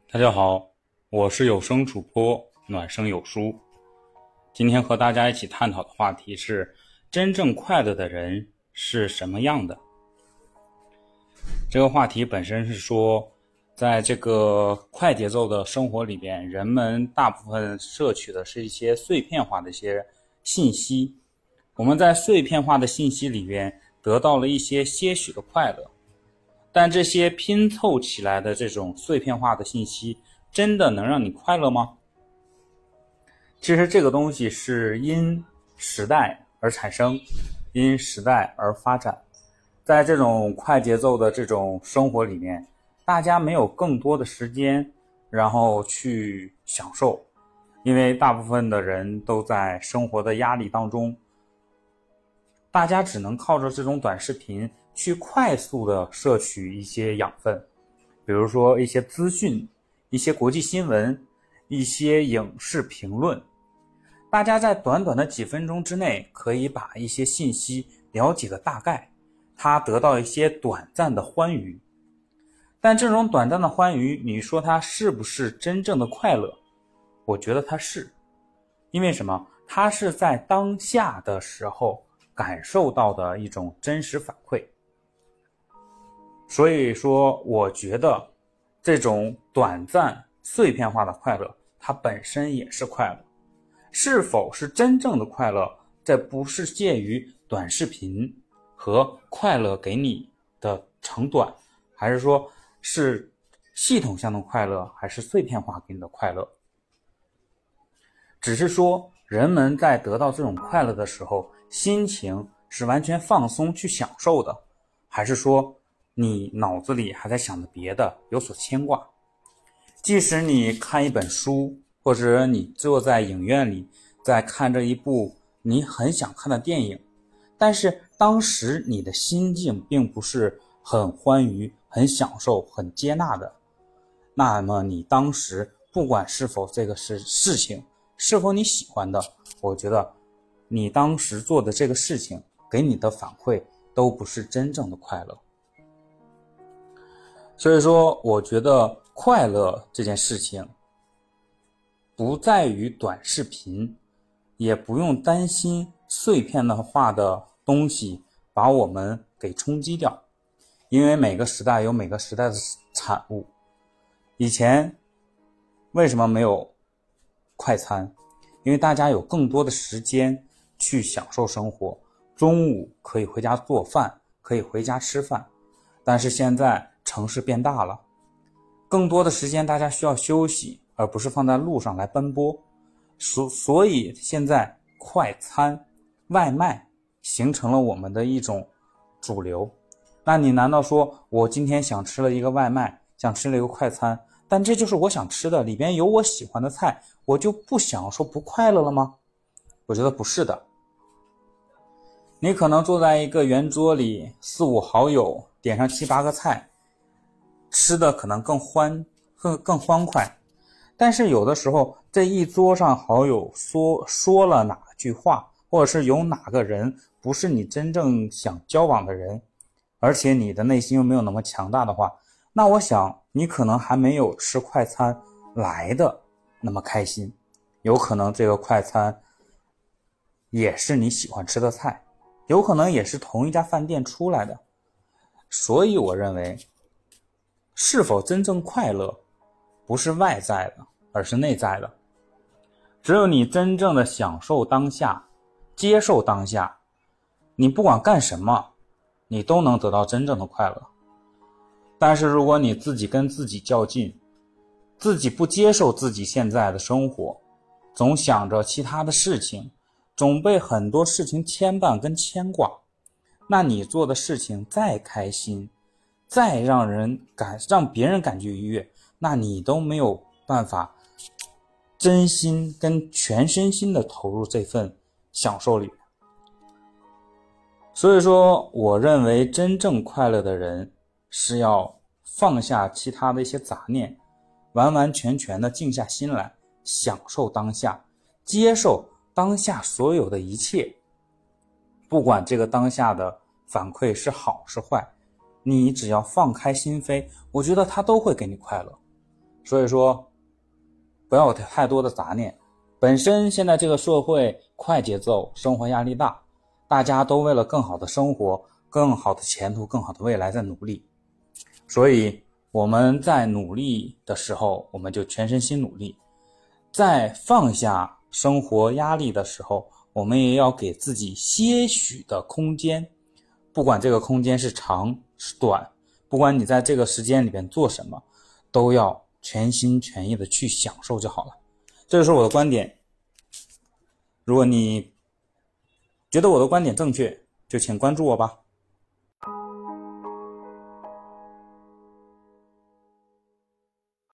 大家好，我是有声主播暖声有书。今天和大家一起探讨的话题是：真正快乐的人是什么样的？这个话题本身是说，在这个快节奏的生活里边，人们大部分摄取的是一些碎片化的一些信息。我们在碎片化的信息里边得到了一些些许的快乐，但这些拼凑起来的这种碎片化的信息真的能让你快乐吗？其实这个东西是因时代而产生，因时代而发展。在这种快节奏的这种生活里面，大家没有更多的时间然后去享受，因为大部分的人都在生活的压力当中，大家只能靠着这种短视频去快速的摄取一些养分，比如说一些资讯，一些国际新闻，一些影视评论。大家在短短的几分钟之内可以把一些信息了解个大概，他得到一些短暂的欢愉。但这种短暂的欢愉，你说它是不是真正的快乐？我觉得它是。因为什么？它是在当下的时候感受到的一种真实反馈。所以说我觉得这种短暂碎片化的快乐，它本身也是快乐。是否是真正的快乐，这不是介于短视频和快乐给你的长短，还是说是系统性的快乐，还是碎片化给你的快乐。只是说人们在得到这种快乐的时候，心情是完全放松去享受的，还是说你脑子里还在想着别的，有所牵挂。即使你看一本书，或者你坐在影院里在看着一部你很想看的电影，但是当时你的心境并不是很欢愉、很享受、很接纳的，那么你当时不管是否这个事情是否你喜欢的，我觉得你当时做的这个事情给你的反馈都不是真正的快乐。所以说我觉得快乐这件事情不在于短视频，也不用担心碎片化的东西把我们给冲击掉，因为每个时代有每个时代的产物。以前为什么没有快餐？因为大家有更多的时间去享受生活，中午可以回家做饭，可以回家吃饭。但是现在城市变大了，更多的时间大家需要休息，而不是放在路上来奔波。所以现在快餐、外卖形成了我们的一种主流。那你难道说我今天想吃了一个外卖，想吃了一个快餐，但这就是我想吃的，里边有我喜欢的菜，我就不享受不快乐了吗？我觉得不是的。你可能坐在一个圆桌里，4、5好友点上7、8个菜，吃的可能更欢快，但是有的时候这一桌上好友说了哪句话，或者是有哪个人不是你真正想交往的人，而且你的内心又没有那么强大的话，那我想你可能还没有吃快餐来的那么开心。有可能这个快餐也是你喜欢吃的菜，有可能也是同一家饭店出来的。所以我认为是否真正快乐不是外在的，而是内在的。只有你真正的享受当下，接受当下，你不管干什么你都能得到真正的快乐。但是如果你自己跟自己较劲，自己不接受自己现在的生活，总想着其他的事情，总被很多事情牵绊跟牵挂，那你做的事情再开心，再让别人感觉愉悦，那你都没有办法真心跟全身心的投入这份享受里。所以说我认为真正快乐的人是要放下其他的一些杂念，完完全全的静下心来享受当下，接受当下所有的一切。不管这个当下的反馈是好是坏，你只要放开心扉，我觉得它都会给你快乐。 所以说不要有太多的杂念。本身现在这个社会快节奏，生活压力大，大家都为了更好的生活、更好的前途、更好的未来在努力。所以我们在努力的时候，我们就全身心努力。在放下生活压力的时候，我们也要给自己些许的空间，不管这个空间是长是短，不管你在这个时间里边做什么，都要全心全意的去享受就好了。这就是我的观点。如果你觉得我的观点正确，就请关注我吧。